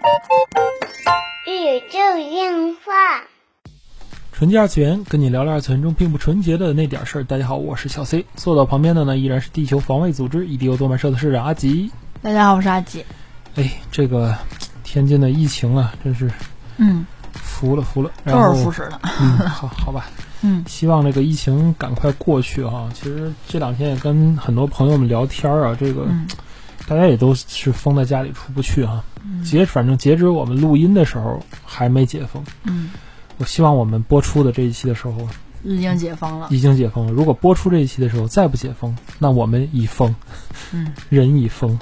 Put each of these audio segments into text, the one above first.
宇宙电话。 纯洁二次元，跟你聊聊二次元中并不纯洁的那点事儿。大家好，我是小 C， 坐到旁边的呢依然是地球防卫组织EDO动漫社的社长阿吉。 大家好，我是阿吉。 这个天津的疫情啊，真是服了，然后周而复始了。 好吧。希望这个疫情赶快过去哈。其实这两天也跟很多朋友们聊天啊，这个大家也都是封在家里出不去哈。反正截止我们录音的时候还没解封。我希望我们播出的这一期的时候已经解封了。 如果播出这一期的时候再不解封，那我们已封。人已封。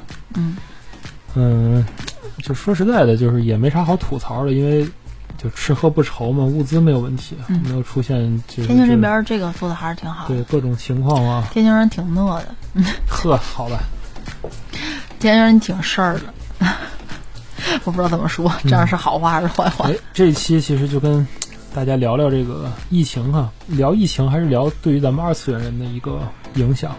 就说实在的，就是也没啥好吐槽的，因为就吃喝不愁嘛，物资没有问题，没有出现就是天津这边这个做的还是挺好的。 对各种情况啊， 天津人挺讷的。 呵，好吧。 天津人挺事儿的。我不知道怎么说，这样是好话还是坏话。 这一期其实就跟大家聊聊这个疫情哈，聊疫情还是聊对于咱们二次元人的一个影响。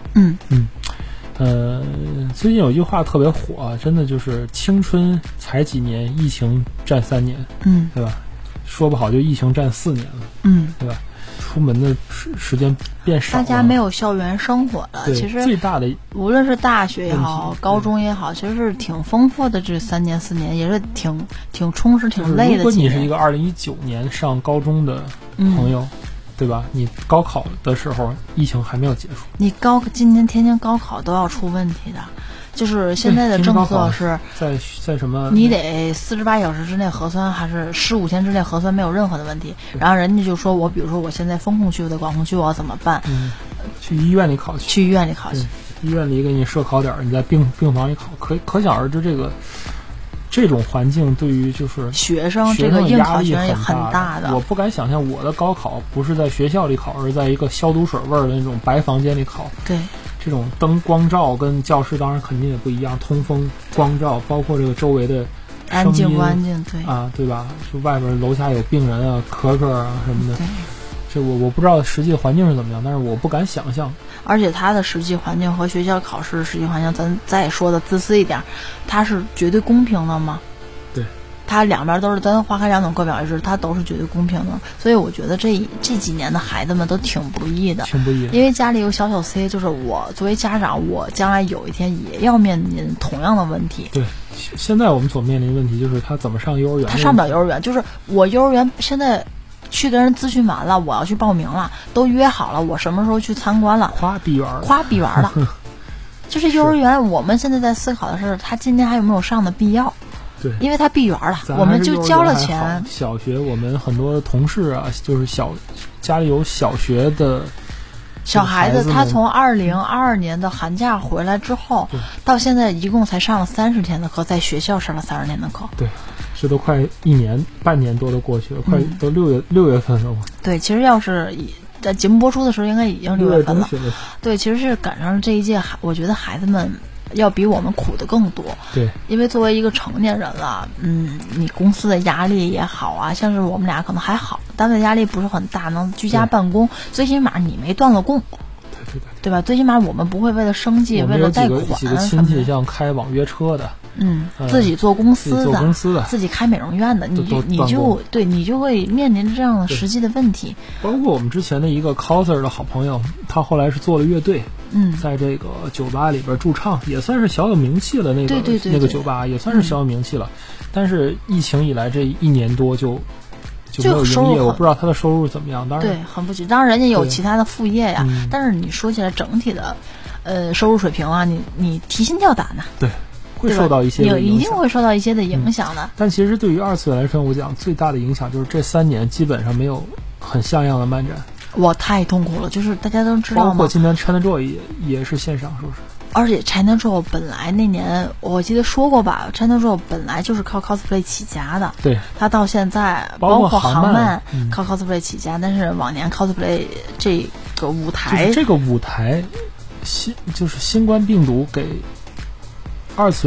最近有一句话特别火啊，真的就是青春才几年，疫情占3年，对吧？说不好就疫情占4年了，对吧？出门的时间变少了， 大家没有校园生活了。其实最大的无论是大学也好，高中也好，其实是挺丰富的。这3年4年也是挺充实、挺累的。 如果你是一个2019年上高中的朋友，对吧？你高考的时候疫情还没有结束， 你今年天津高考都要出问题的。就是现在的政策是在什么？ 你得48小时之内核酸，还是15天之内核酸没有任何的问题。然后人家就说比如说我现在封控区，我在管控区，我要怎么办？ 去医院里考去。 医院里给你设考点，你在病房里考，可想而知这种环境对于就是学生这个应考学也很大的。 我不敢想象我的高考不是在学校里考，而是在一个消毒水味的那种白房间里考。 对。 这种灯光照跟教室当然肯定也不一样，通风光照，包括这个周围的声音安静不安静， 对吧？就外边楼下有病人啊、咳啊什么的。这我不知道实际环境是怎么样，但是我不敢想象。 而且它的实际环境和学校考试的实际环境，咱再说的自私一点，它是绝对公平的吗？ 对， 它两边都是咱花开两种，各表一枝，它都是绝对公平的。所以我觉得这几年的孩子们都挺不易的，因为家里有小 C， 就是我作为家长，我将来有一天也要面临同样的问题。 对，现在我们所面临的问题就是他怎么上幼儿园？ 他上不了幼儿园，就是我幼儿园现在去跟人咨询完了，我要去报名了，都约好了，我什么时候去参观了？ 夸闭园了。就是幼儿园，我们现在在思考的是，他今年还有没有上的必要？ 对， 因为他闭园了，我们就交了钱。 小学我们很多同事啊，就是家里有小学的小孩子，他从2022年的寒假回来之后，到现在一共才上了30天的课，在学校上了30天的课。 对，这都快1年半年多都过去了，快都6月份了。 对，其实要是在节目播出的时候，应该已经6月份了。对，其实是赶上这一届，我觉得孩子们要比我们苦的更多。 对， 因为作为一个成年人了，你公司的压力也好啊，像是我们俩可能还好，单位压力不是很大，能居家办公，最起码你没断了供。对吧？最起码我们不会为了生计，为了贷款几个亲戚像开网约车的， 自己做公司的， 自己开美容院的，你就会面临这样的实际的问题。 包括我们之前的一个 coser 的好朋友，他后来是做了乐队，在这个酒吧里边驻唱，也算是小有名气了。那个酒吧也算是小有名气了，但是疫情以来这1年多就没有营业，我不知道他的收入怎么样。当然， 对，很不济。当然，人家有其他的副业呀。但是你说起来整体的，收入水平啊，你提心吊胆的。 对，会受到一些影响，一定会受到一些的影响的。 但其实对于二次元来说，我讲最大的影响就是这3年基本上没有很像样的漫展。 我太痛苦了，就是大家都知道吗？ 包括今年 ChinaJoy 也是线上，是不是？ 而且 ChinaJoy 本来那年我记得说过吧 ，ChinaJoy 本来就是靠 cosplay 起家的。 对， 他到现在包括航漫靠 cosplay 起家，但是往年 cosplay 这个舞台， 就是这个舞台，新冠病毒给二次元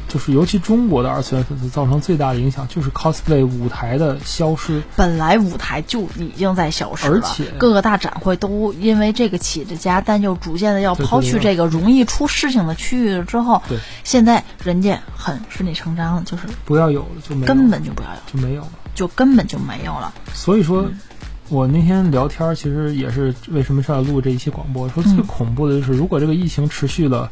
就是尤其中国的二次元粉丝造成最大的影响，就是 cosplay 舞台的消失。 本来舞台就已经在消失了， 而且各个大展会都因为这个起着家，但又逐渐的要抛去这个容易出事情的区域了之后， 对， 现在人家很顺理成章了，就是不要有了，就没有， 根本就不要有， 就没有了， 就根本就没有了。 所以说。我那天聊天其实也是为什么是要录这一期广播，说最恐怖的就是如果这个疫情持续了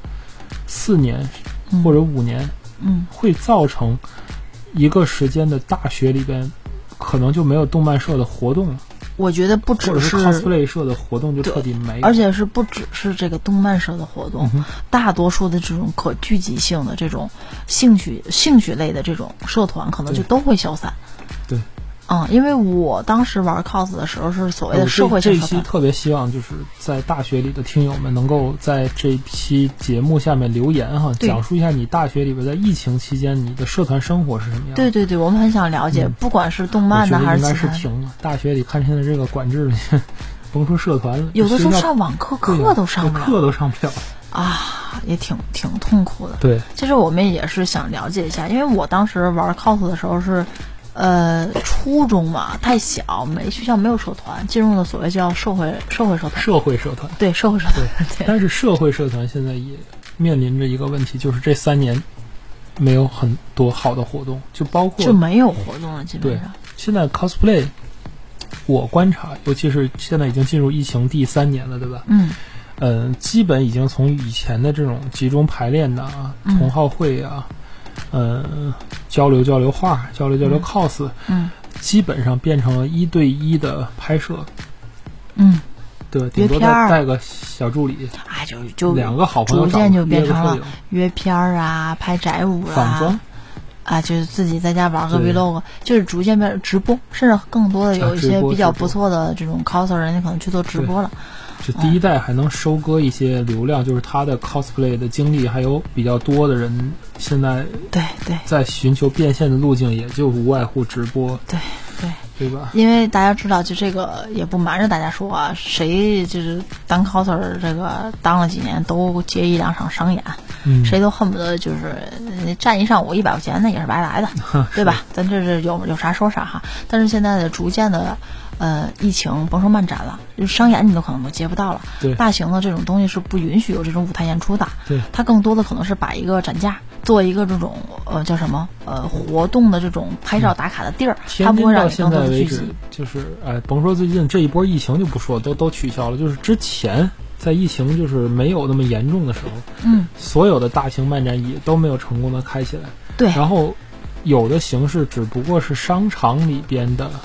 4年或者5年，会造成一个时间的大学里边可能就没有动漫社的活动了。 我觉得不只是 cosplay 社的活动就彻底没有， 而且是不只是这个动漫社的活动，大多数的这种可聚集性的这种兴趣类的这种社团可能就都会消散。 对。 因为我当时玩 cos 的时候是所谓的社会性社团。 这一期特别希望就是在大学里的听友们能够在这一期节目下面留言哈，讲述一下你大学里边在疫情期间你的社团生活是什么样的。 对对对，我们很想了解，不管是动漫的还是其他的。 应该是停了，大学里看现在这个管制，甭说社团了， 有的时候上网课都上不了， 课都上不了啊，也挺痛苦的。 对， 其实我们也是想了解一下，因为我当时玩 cos 的时候是。初中嘛，太小，学校没有社团，进入了所谓叫社会社团。 对， 社会社团。对。 但是社会社团现在也面临着一个问题，就是这3年没有很多好的活动，就包括就没有活动了，基本上。 对，现在 cosplay， 我观察，尤其是现在已经进入疫情第3年了，对吧？基本已经从以前的这种集中排练的同好会啊。交流画，交流 cos，基本上变成了1对1的拍摄，对，顶多再带个小助理， 就 2个好朋友逐渐就变成了约片啊，拍宅舞啊， 仿妆啊，就是自己在家玩个 vlog， 就是逐渐变成直播，甚至更多的有一些比较不错的这种 coser 人家可能去做直播了。 就第一代还能收割一些流量，就是他的 cosplay 的经历还有比较多的人，现在在寻求变现的路径，也就无外乎直播，对吧？ 因为大家知道，就这个也不瞒着大家说啊，谁就是当 coser 这个当了几年，都接1-2场商演，谁都恨不得就是站一上午100块钱，那也是白来的，对吧？咱这是有啥说啥哈。但是现在的逐渐的。疫情甭说漫展了，就商演你都可能都接不到了。 对， 大型的这种东西是不允许有这种舞台演出的。 对， 它更多的可能是把一个展架做一个这种叫什么活动的这种拍照打卡的地儿，它不会让你更多的聚集。 就是甭说最近这一波疫情就不说，都取消了。就是之前在疫情就是没有那么严重的时候，所有的大型漫展也都没有成功的开起来。 对， 然后有的形式只不过是商场里边的。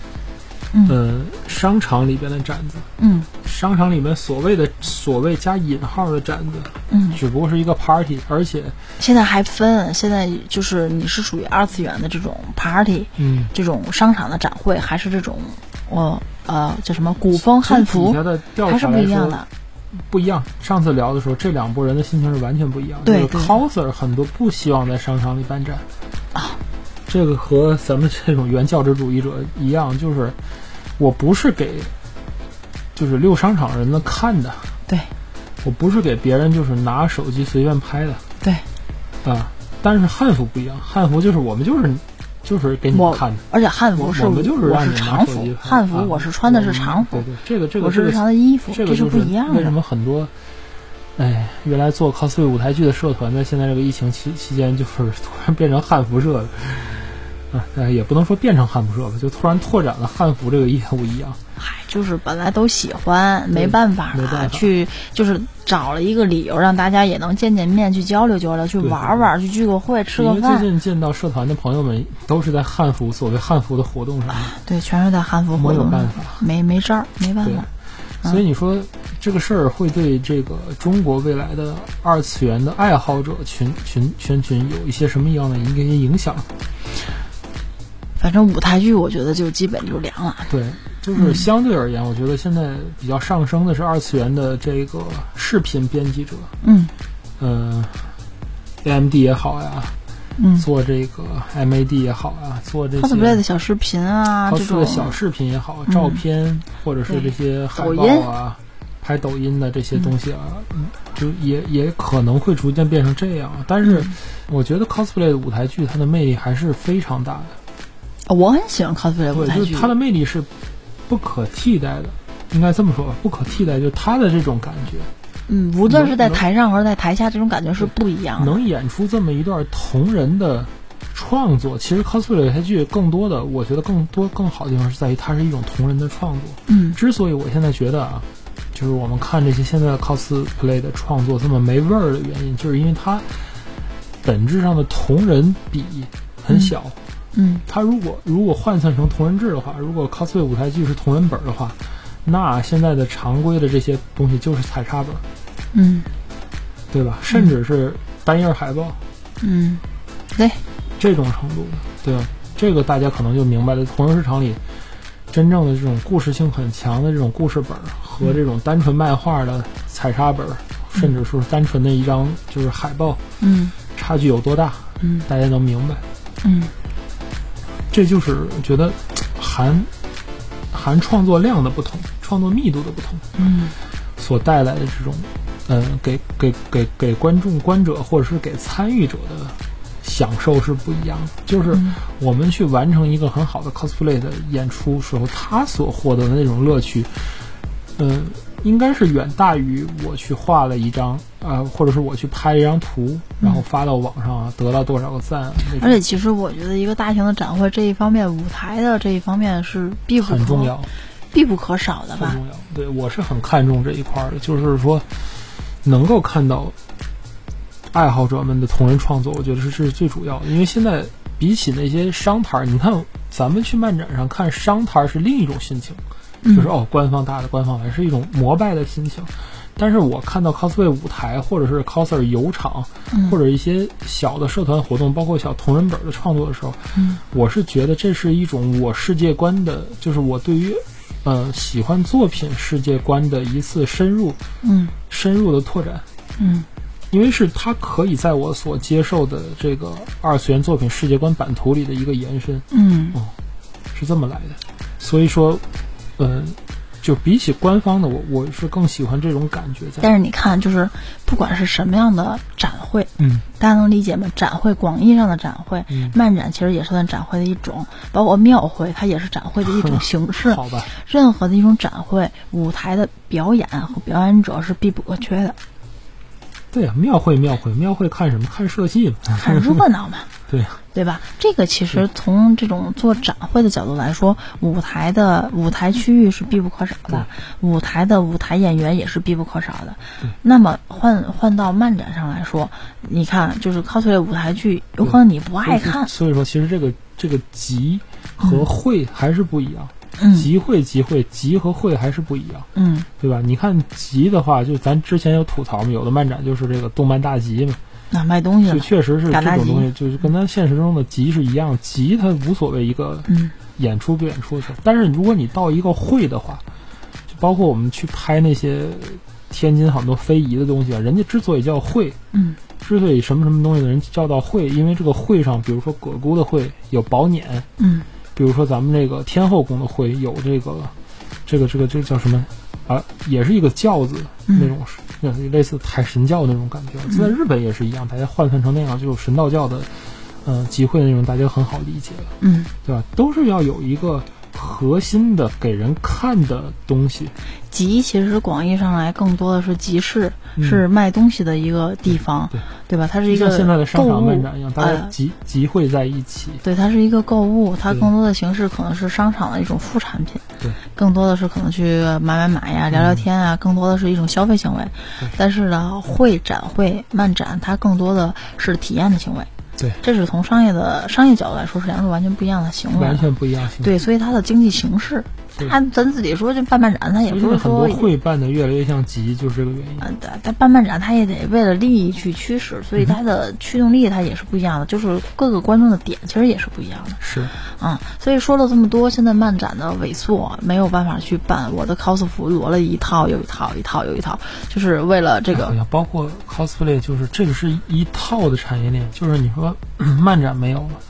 商场里边的展子，商场里面所谓加引号的展子，只不过是一个 party， 而且现在还分，现在就是你是属于2次元的这种 party，这种商场的展会，还是这种叫什么古风汉服，还是不一样的。 不一样。上次聊的时候，这2拨人的心情是完全不一样。 对 ，coser 很多不希望在商场里办展啊。这个和咱们这种原教旨主义者一样，就是我不是给就是溜商场人的看的， 对， 我不是给别人就是拿手机随便拍的， 对， 但是汉服不一样，汉服就是我们就是给你们看的， 而且汉服是我们就是让你长服，汉服我是穿的是长服， 对，这个我是日常的衣服， 这是不一样的。 为什么很多原来做 cosplay 舞台剧的社团在现在这个疫情期间就是突然变成汉服社了？也不能说变成汉服社吧，就突然拓展了汉服这个业务一样。 就是本来都喜欢，没办法去，就是找了一个理由让大家也能见面，去交流，去玩，去聚个会，吃个饭。 因为最近见到社团的朋友们都是在所谓汉服的活动上， 对，全是在汉服活动上， 没有办法， 没招，没办法。 所以你说这个事儿会对这个中国未来的2次元的爱好者群有一些什么样的一个影响？ 反正舞台剧我觉得就基本就凉了。 对，就是相对而言，我觉得现在比较上升的是2次元的这个视频编辑者。AMD 也好呀，做这个 MAD 也好啊，做这些 cosplay 的小视频啊，这种小视频也好，照片或者是这些海报啊， 拍抖音的这些东西啊，就也可能会逐渐变成这样。但是我觉得 cosplay 的舞台剧它的魅力还是非常大的。 我很喜欢 cosplay 的舞台剧， 就是它的魅力是不可替代的，应该这么说吧，不可替代，就是它的这种感觉。 无论是在台上还是在台下，这种感觉是不一样的。 能演出这么一段同人的创作，其实 cosplay 舞台剧更多的，我觉得更好的地方是在于它是一种同人的创作。之所以我现在觉得啊，就是我们看这些现在的 cosplay 的创作这么没味儿的原因，就是因为它本质上的同人比很小。它如果换算成同人志的话，如果 cosplay 舞台剧是同人本的话，那现在的常规的这些东西就是彩插本。对吧？甚至是单页海报。 对， 这种程度，对吧？这个大家可能就明白了，同人市场里真正的这种故事性很强的这种故事本和这种单纯卖画的彩插本，甚至说单纯的一张就是海报，差距有多大？大家能明白。这就是觉得含创作量的不同，创作密度的不同，所带来的这种给观者或者是给参与者的享受是不一样的。就是我们去完成一个很好的 cosplay 的演出时候，他所获得的那种乐趣，应该是远大于我去画了一张或者是我去拍一张图，然后发到网上得到多少个赞。 而且其实我觉得一个大型的展会这一方面，舞台的这一方面是很重要、 必不可少的吧。 很重要。对，我是很看重这一块的，就是说能够看到爱好者们的同人创作，我觉得是最主要的。因为现在比起那些商摊，你看咱们去漫展上看商摊是另一种心情，就是官方大的官方来是一种膜拜的心情。但是我看到 cosplay 舞台或者是 coser 游场，或者一些小的社团活动，包括小同人本的创作的时候，我是觉得这是一种我世界观的，就是我对于喜欢作品世界观的一次深入的拓展。因为是它可以在我所接受的这个二次元作品世界观版图里的一个延伸。是这么来的。所以说就比起官方的我是更喜欢这种感觉在。 但是你看，就是不管是什么样的展会，大家能理解吗？展会广义上的展会，漫展其实也算展会的一种，包括庙会，它也是展会的一种形式。 好吧， 任何的一种展会，舞台的表演和表演者是必不可缺的。 对啊，庙会看什么？看社戏嘛， 看热闹嘛。 对吧？这个其实从这种做展会的角度来说，舞台区域是必不可少的，舞台演员也是必不可少的。那么换到漫展上来说，你看，就是 cosplay 舞台剧，有可能你不爱看。 所以说，其实这个集和会还是不一样。集和会还是不一样。对吧？你看集的话，就咱之前有吐槽嘛，有的漫展就是这个动漫大集嘛。 卖东西就确实是这种东西，就是跟咱现实中的集是一样，集它无所谓一个演出不演出的事。但是如果你到一个会的话，就包括我们去拍那些天津很多非遗的东西啊，人家之所以叫会，之所以什么东西的人叫到会，因为这个会上，比如说葛姑的会有宝辇，比如说咱们这个天后宫的会有这个叫什么也是一个轿子那种。类似太神教那种感觉，在日本也是一样，大家换算成那样，就是神道教的集会的那种，大家很好理解了，对吧？都是要有一个核心的给人看的东西。 集其实广义上来更多的是集市，是卖东西的一个地方，对吧？它是一个像现在的商场漫展一样，大家集会在一起。 对，它是一个购物，它更多的形式可能是商场的一种副产品， 对， 更多的是可能去买呀、聊聊天啊，更多的是一种消费行为。但是呢，展会、漫展，它更多的是体验的行为。 对， 这是从商业角度来说是两种完全不一样的行为， 完全不一样。 对，所以它的经济形势，咱自己说就办漫展，它也不是说很多会办的越来越像集，就是这个原因。 但办漫展它也得为了利益去驱使，所以它的驱动力它也是不一样的，就是各个观众的点其实也是不一样的。 是， 所以说了这么多，现在漫展的萎缩没有办法去办，我的 cos 服摞了一套又一套，就是为了这个。 包括 cosplay， 就是这个是一套的产业链，就是你说漫展没有了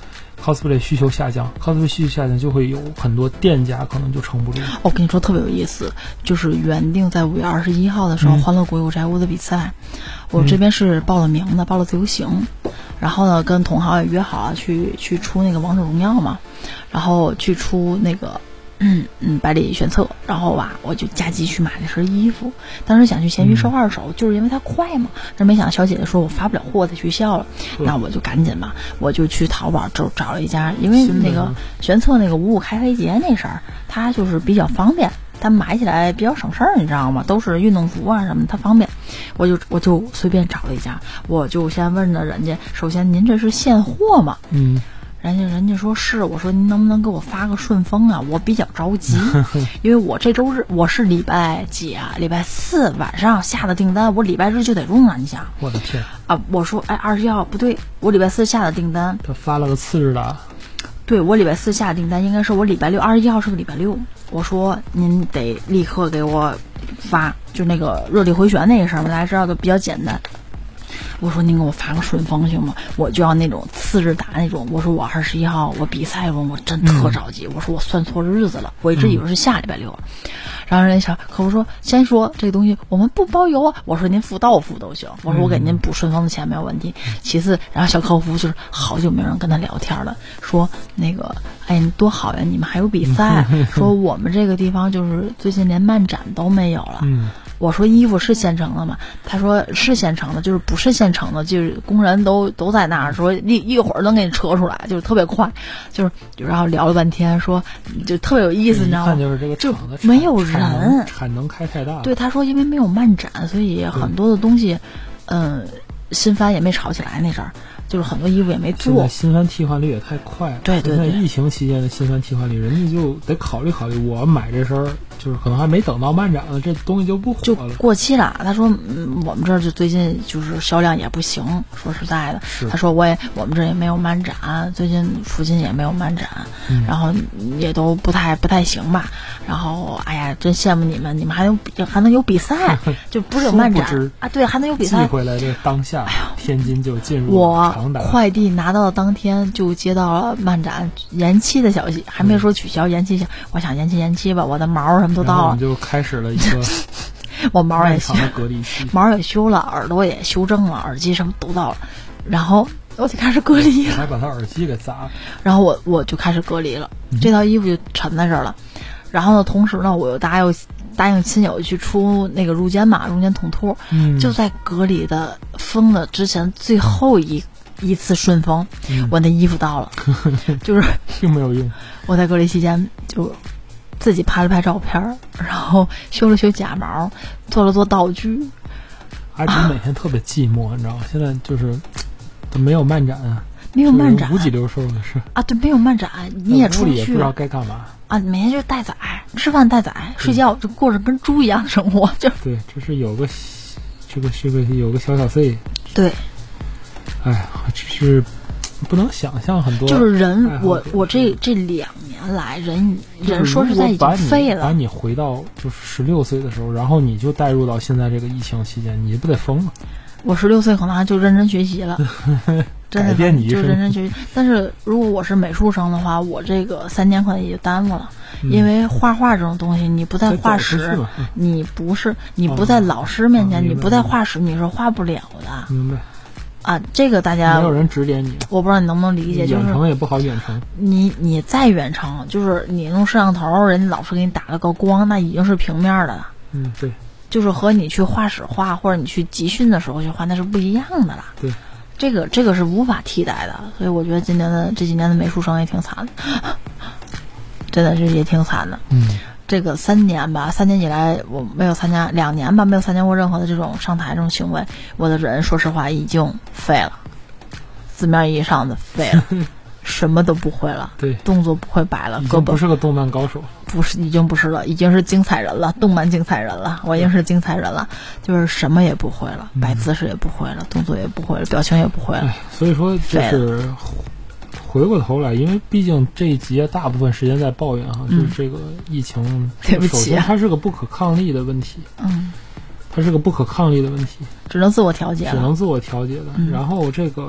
cosplay 需求下降 ，cosplay 需求下降就会有很多店家可能就撑不住。 我跟你说特别有意思，就是原定在5月21号的时候，欢乐谷有宅屋的比赛，我这边是报了名的，报了自由行，然后呢跟同行也约好了去出那个王者荣耀嘛，然后去出那个百里选册，然后吧我就加急去买了身衣服，当时想去闲鱼收2手，就是因为它快嘛，但没想到小姐姐说我发不了货在学校了，那我就赶紧吧，我就去淘宝找了一家，因为那个选册那个55开黑节那身儿，它就是比较方便，它买起来比较省事儿，你知道吗？都是运动服啊什么的，它方便。我就随便找了一家，我就先问着人家，首先您这是现货吗？人家说是，我说您能不能给我发个顺丰啊？我比较着急，因为我这周日我是礼拜几啊？礼拜4晚上下的订单，我礼拜日就得用啊！你想， 我的天啊！我说21号不对，我礼拜4下的订单， 他发了个次日的。 对，我礼拜4下的订单应该是我礼拜6，21号是个礼拜6。我说您得立刻给我发，就那个热力回旋那个事儿，大家知道的比较简单。我说您给我发个顺丰行吗？我就要那种次日打那种。我说我21号我比赛中我真特着急。我说我算错日子了，我一直以为是下礼拜6。然后人家小客户说，先说这个东西我们不包邮啊。我说您付到付都行，我说我给您补顺丰的钱没有问题。其次，然后小客服就是好久没有人跟他聊天了，说那个哎多好呀，你们还有比赛，说我们这个地方就是最近连漫展都没有了。我说衣服是现成的吗？他说是现成的，就是不是现成的，就是工人都在那儿，说一会儿能给你扯出来，就是特别快，就是然后聊了半天，说就特别有意思，你知道吗？ 就是这个厂子没有人， 产能开太大了。 对，他说因为没有漫展，所以很多的东西，新番也没炒起来那阵儿。就是很多衣服也没做， 新番替换率也太快了。 对， 在疫情期间的新番替换率，人家就得考虑考虑。我买这身儿，就是可能还没等到漫展呢，这东西就不火了， 就过期了。他说，我们这儿就最近就是销量也不行。说实在的，他说我们这儿也没有漫展，最近附近也没有漫展，然后也都不太行吧。然后哎呀，真羡慕你们还能有比赛，就不是有漫展啊？对，还能有比赛。 寄回来这当下，天津就进入我快递拿到的当天就接到了漫展延期的消息，还没说取消，延期。我想延期吧，我的毛什么都到了， 我们就开始了一个我毛也修， 隔离期， 毛也修了，耳朵也修正了，耳机什么都到了，然后我就开始隔离了， 还把他耳机给砸了， 然后我就开始隔离了，这套衣服就沉在这儿了。然后呢，同时呢，我又答应亲友去出那个入监通兔，就在隔离的封的之前最后一次顺丰，我那衣服到了，就是并没有用。 我在隔离期间就自己拍了拍照片，然后修了修假毛，做了做道具。 阿锦每天特别寂寞，你知道吗？现在就是都没有漫展啊， 没有漫展， 无几溜瘦的是啊，对，没有漫展，你也出不去， 也不知道该干嘛啊，每天就待宰，吃饭待宰，睡觉就过着跟猪一样的生活，就对，这是有个有个小 C， 对， 哎呀，这是不能想象很多， 就是人，我这2年来人说实在已经废了。 把你回到就是16岁的时候，然后你就带入到现在这个疫情期间，你不得疯了？ 我16岁可能就认真学习了，真的就认真学习。但是如果我是美术生的话，我这个3年可能也就耽误了，因为画画这种东西，你不在画室，你不在老师面前，你不在画室，你是画不了的。 明白。 啊，这个大家没有人指点你， 我不知道你能不能理解。就是远程也不好远程， 你再远程，就是你用摄像头，人家老师给你打了个光，那已经是平面的了。 对。 就是和你去画室画，或者你去集训的时候去画，那是不一样的啦。 对， 这个是无法替代的，所以我觉得这几年的美术生也挺惨的，真的是也挺惨的。这个3年以来我没有参加，2年吧没有参加过任何的这种上台这种行为，我的人说实话已经废了，字面意义上的废了。什么都不会了， 对， 动作不会摆了， 胳膊不是个动漫高手， 已经不是了，已经是精彩人了，动漫精彩人了，我已经是精彩人了，就是什么也不会了，摆姿势也不会了，动作也不会了，表情也不会了。 所以说就是回过头来，因为毕竟这一集大部分时间在抱怨哈，就是这个疫情， 对不起， 首先它是个不可抗力的问题，它是个不可抗力的问题， 只能自我调节的。 然后这个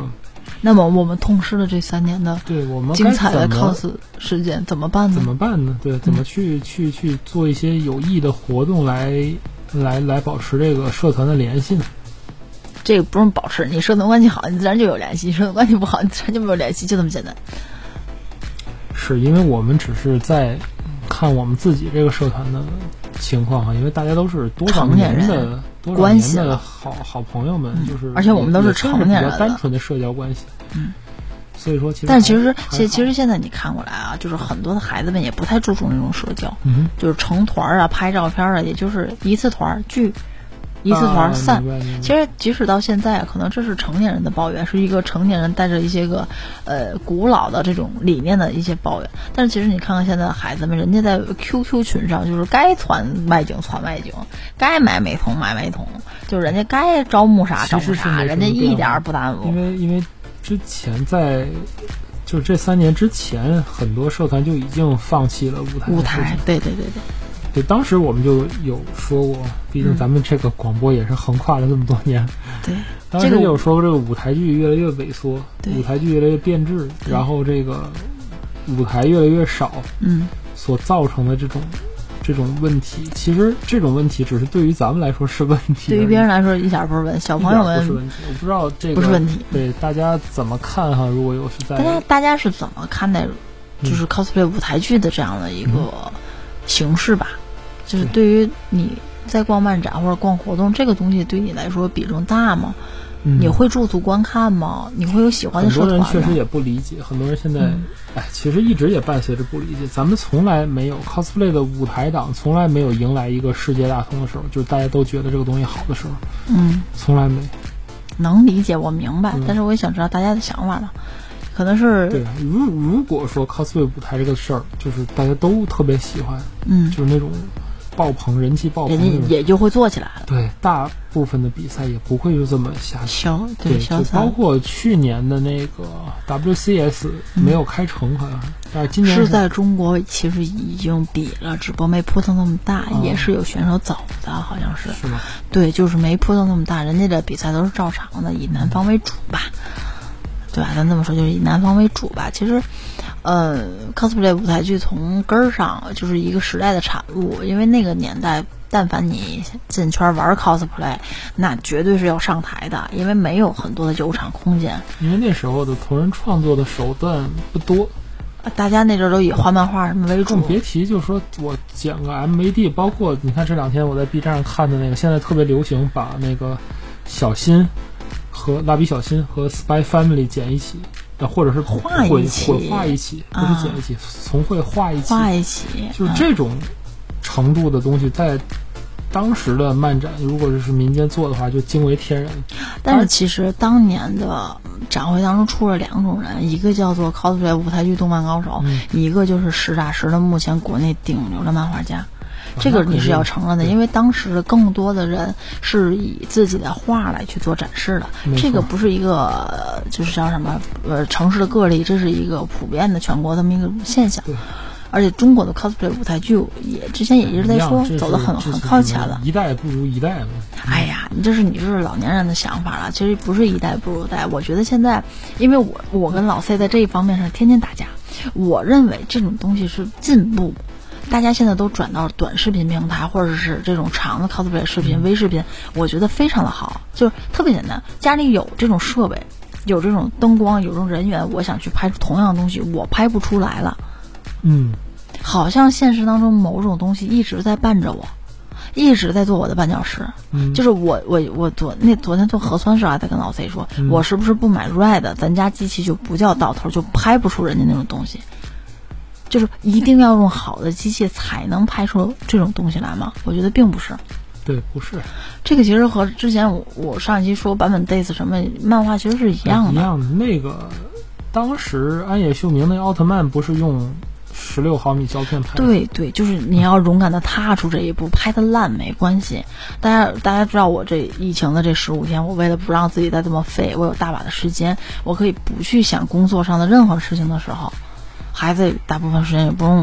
那么我们痛失了这3年的精彩的 cos 事件，怎么办呢？ 怎么办呢？对，怎么去做一些有益的活动来保持这个社团的联系呢？ 这个不用保持，你社团关系好，你自然就有联系；社团关系不好，你自然就没有联系，就这么简单。 是因为我们只是在看我们自己这个社团的情况哈，因为大家都是多少年的关系的好朋友们，就是而且我们都是成年人， 比较单纯的社交关系。所以说但其实现在你看过来啊，就是很多的孩子们也不太注重那种社交，就是成团啊、拍照片啊，也就是一次团聚。一次团散，其实即使到现在，可能这是成年人的抱怨，是一个成年人带着一些个古老的这种理念的一些抱怨。但是其实你看看现在的孩子们，人家在 QQ 群上就是该传外景传外景，该买美瞳买美瞳，就是人家该招募啥招募啥，人家一点不耽误。 因为之前就是这3年之前，很多社团就已经放弃了舞台。对，当时我们就有说过，毕竟咱们这个广播也是横跨了这么多年。 对， 当时就有说过，这个舞台剧越来越萎缩，舞台剧越来越变质，然后这个舞台越来越少，所造成的这种问题，其实这种问题只是对于咱们来说是问题， 对于别人来说一点不是问题，小朋友们不是问题。我不知道这个不是问题， 对大家怎么看哈？如果有是在大家是怎么看待就是 cosplay 舞台剧的这样的一个形式吧？就是对于你在逛漫展或者逛活动，这个东西对你来说比重大吗？你会驻足观看吗？你会有喜欢的社团吗？ 很多人确实也不理解，很多人现在其实一直也伴随着不理解。咱们从来没有 cosplay 的舞台档，从来没有迎来一个世界大同的时候，就是大家都觉得这个东西好的时候，从来没。 能理解，我明白，但是我也想知道大家的想法了。可能是对，如果说 cosplay 舞台这个事儿，就是大家都特别喜欢，就是那种爆棚人气爆棚， 人家也就会做起来了。 对，大部分的比赛也不会就这么下去。 对， 就包括去年的那个 WCS 没有开成，好像是，但是今年是在中国其实已经比了，只不过没扑腾那么大，也是有选手走的，好像是。 是吗？ 对，就是没扑腾那么大，人家的比赛都是照常的，以南方为主吧。对吧？咱这么说就是以南方为主吧。其实，cosplay 舞台剧从根儿上就是一个时代的产物，因为那个年代，但凡你进圈玩 cosplay， 那绝对是要上台的，因为没有很多的有场空间。 因为那时候的同人创作的手段不多， 大家那阵都以画漫画什么为主。 更别提就是说我剪个 MVD， 包括你看这2天我在 B 站上看的那个，现在特别流行把那个小新和蜡笔小新和 Spy Family 剪一起，或者是画一起， 不是剪一起，从会画一起，就是这种程度的东西，在当时的漫展，如果是民间做的话，就惊为天人。 但是其实当年的展会当中出了2种人，一个叫做 cosplay 舞台剧动漫高手，一个就是实打实的目前国内顶流的漫画家。这个你是要承认的，因为当时更多的人是以自己的画来去做展示的，这个不是一个就是叫什么城市的个例，这是一个普遍的全国这么一个现象。而且中国的 cosplay 舞台剧也之前也一直在说走得很靠前了， 一代不如一代嘛。 哎呀，你这是老年人的想法了，其实不是一代不如一代。我觉得现在，因为我跟老 C 在这一方面上天天打架，我认为这种东西是进步。大家现在都转到短视频平台，或者是这种长的 cosplay 视频、微视频，我觉得非常的好，就是特别简单。家里有这种设备，有这种灯光，有这种人员，我想去拍出同样的东西，我拍不出来了。好像现实当中某种东西一直在伴着我，一直在做我的绊脚石。就是我昨天做核酸时还在跟老 C 说，我是不是不买 Red， 咱家机器就不叫到头，就拍不出人家那种东西。就是一定要用好的机器才能拍出这种东西来吗？我觉得并不是。 对，不是。 这个其实和之前我上一期说版本 Days 什么漫画其实是一样的。 那个当时安野秀明的奥特曼不是用16毫米胶片拍的？ 对，就是你要勇敢的踏出这一步，拍的烂没关系。大家知道我这疫情的这15天，我为了不让自己再这么废，我有大把的时间，我可以不去想工作上的任何事情的时候。孩子大部分时间也不用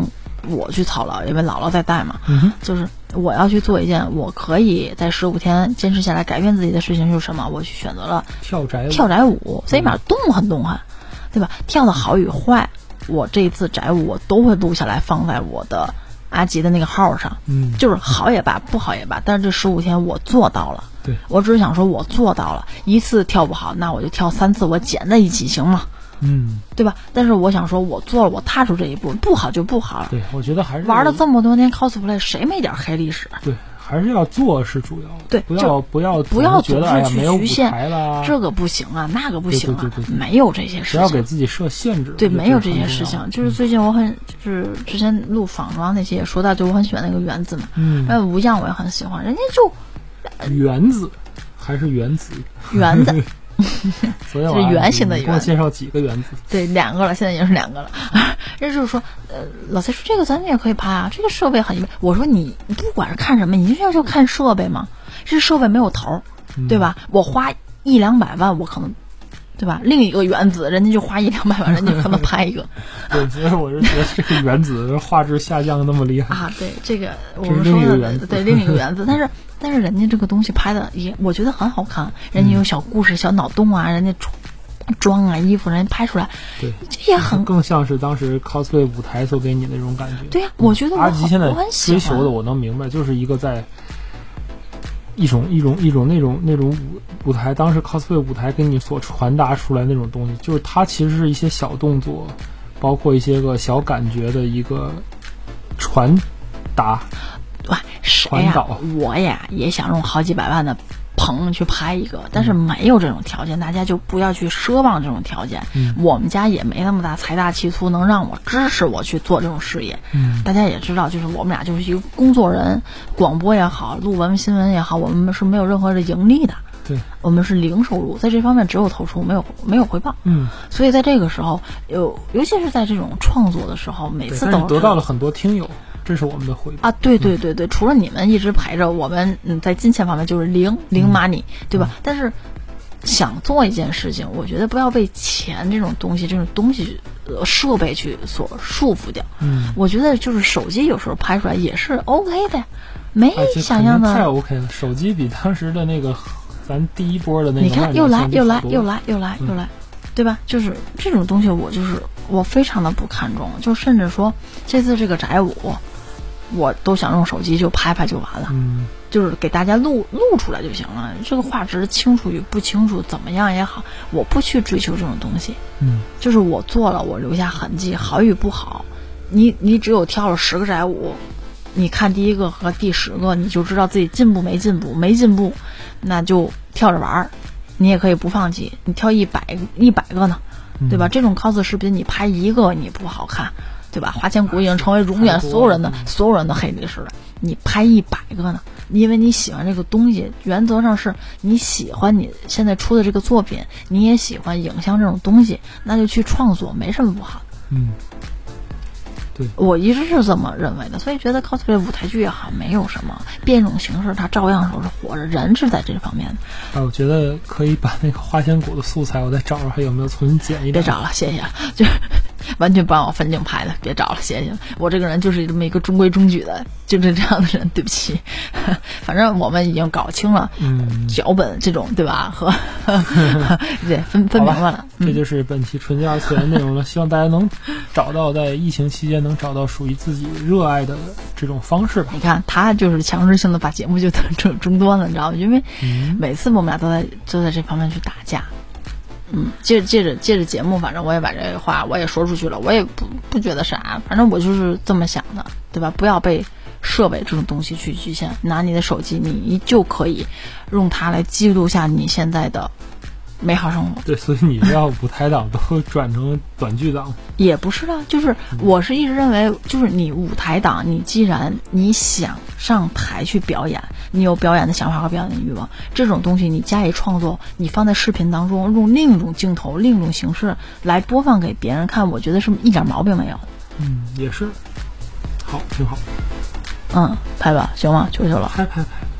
我去操劳，因为姥姥在带嘛，就是我要去做一件我可以在15天坚持下来改变自己的事情是什么？我去选择了跳宅舞，最起码动很动撼，对吧？跳的好与坏，我这一次宅舞我都会录下来放在我的阿吉的那个号上，就是好也罢，不好也罢，但是这15天我做到了。 对， 我只是想说我做到了，一次跳不好，那我就跳3次，我剪在一起行吗？对吧？但是我想说我做了，我踏出这一步，不好就不好了。 对，我觉得还是玩了这么多年 cosplay， 谁没点黑历史？ 对，还是要做是主要的。 对， 不要总是去局限了， 这个不行啊，那个不行啊， 对， 没有这些事情。 不要给自己设限制。 对，没有这些事情。就是最近就是之前录仿妆那些也说到，就我很喜欢那个原子嘛，无恙我也很喜欢，人家就原子还是原子？ 原子。 就是圆形的圆。 给我介绍几个原子？ 对，2个了，现在已经是2个了。这就是说，老蔡说这个咱们也可以拍啊，这个设备很一般。我说你不管是看什么，你就是要看设备嘛。这设备没有头，对吧？我花100-200万，我可能，对吧？另一个原子，人家就花100-200万，人家可能拍一个。 对，所以我是觉得这个原子画质下降那么厉害啊。对，这个我们说的对另一个原子，但是人家这个东西拍的也我觉得很好看，人家有小故事、小脑洞啊，人家妆啊、衣服，人家拍出来， 对， 这也很更像是当时 cosplay 舞台所给你的那种感觉。 对呀，我觉得阿吉现在追求的我能明白，就是一个在一种那种舞台，当时 cosplay 舞台给你所传达出来那种东西，就是它其实是一些小动作，包括一些个小感觉的一个传达。 哇，谁呀？我呀也想用好几百万的棚去拍一个，但是没有这种条件，大家就不要去奢望这种条件。我们家也没那么大财大气粗，能让我支持我去做这种事业。大家也知道，就是我们俩就是一个工作人，广播也好，录文新闻也好，我们是没有任何的盈利的。 对， 我们是零收入，在这方面只有投出，没有回报。所以在这个时候，尤其是在这种创作的时候，每次都得到了很多听友。这是我们的回报啊！对，除了你们一直陪着我们，在金钱方面就是零 money， 对吧？但是想做一件事情，我觉得不要被钱这种东西设备去所束缚掉。我觉得就是手机有时候拍出来也是 OK 的，没想象的太 OK 了。手机比当时的那个咱第一波的那个， 你看又来，对吧？就是这种东西，我非常的不看重，就甚至说这次这个宅舞。我都想用手机就拍就完了，就是给大家录出来就行了。这个画质清楚与不清楚怎么样也好，我不去追求这种东西。就是我做了，我留下痕迹，好与不好，你只有跳了10个宅舞，你看第1个和第10个，你就知道自己进步没进步，没进步，那就跳着玩。你也可以不放弃，你跳100个呢，对吧？这种 cos 视频你拍1个你不好看。对吧？花千骨已经成为永远所有人的黑历史了。你拍100个呢，因为你喜欢这个东西，原则上是你喜欢你现在出的这个作品，你也喜欢影像这种东西，那就去创作，没什么不好。 对， 我一直是这么认为的，所以觉得 cosplay 舞台剧也好，没有什么变种形式，它照样是活着，人是在这方面的。 我觉得可以把那个花千骨的素材，我再找找还有没有重新剪一点。 别找了，谢谢了，就是完全不让我分镜拍的，别找了，谢谢了。我这个人就是这么一个中规中矩的，就是这样的人，对不起。反正我们已经搞清了，脚本这种对吧？和对分明白了。 这就是本期纯洁二次元内容了，希望大家能找到在疫情期间能找到属于自己热爱的这种方式吧。 你看他就是强制性的把节目就中断了，你知道吗？因为每次我们俩都在这方面去打架。借着节目，反正我也把这个话我也说出去了，我也不觉得啥，反正我就是这么想的，对吧？不要被设备这种东西去局限，拿你的手机，你就可以用它来记录下你现在的美好生活。 对，所以你要舞台档都转成短剧档？ 也不是的，就是我是一直认为，就是你舞台档，你既然你想上台去表演，你有表演的想法和表演的欲望，这种东西你加以创作，你放在视频当中，用另一种镜头、另一种形式来播放给别人看，我觉得是一点毛病没有的。 也是，好，挺好。 拍吧，行吗？求求了， 拍。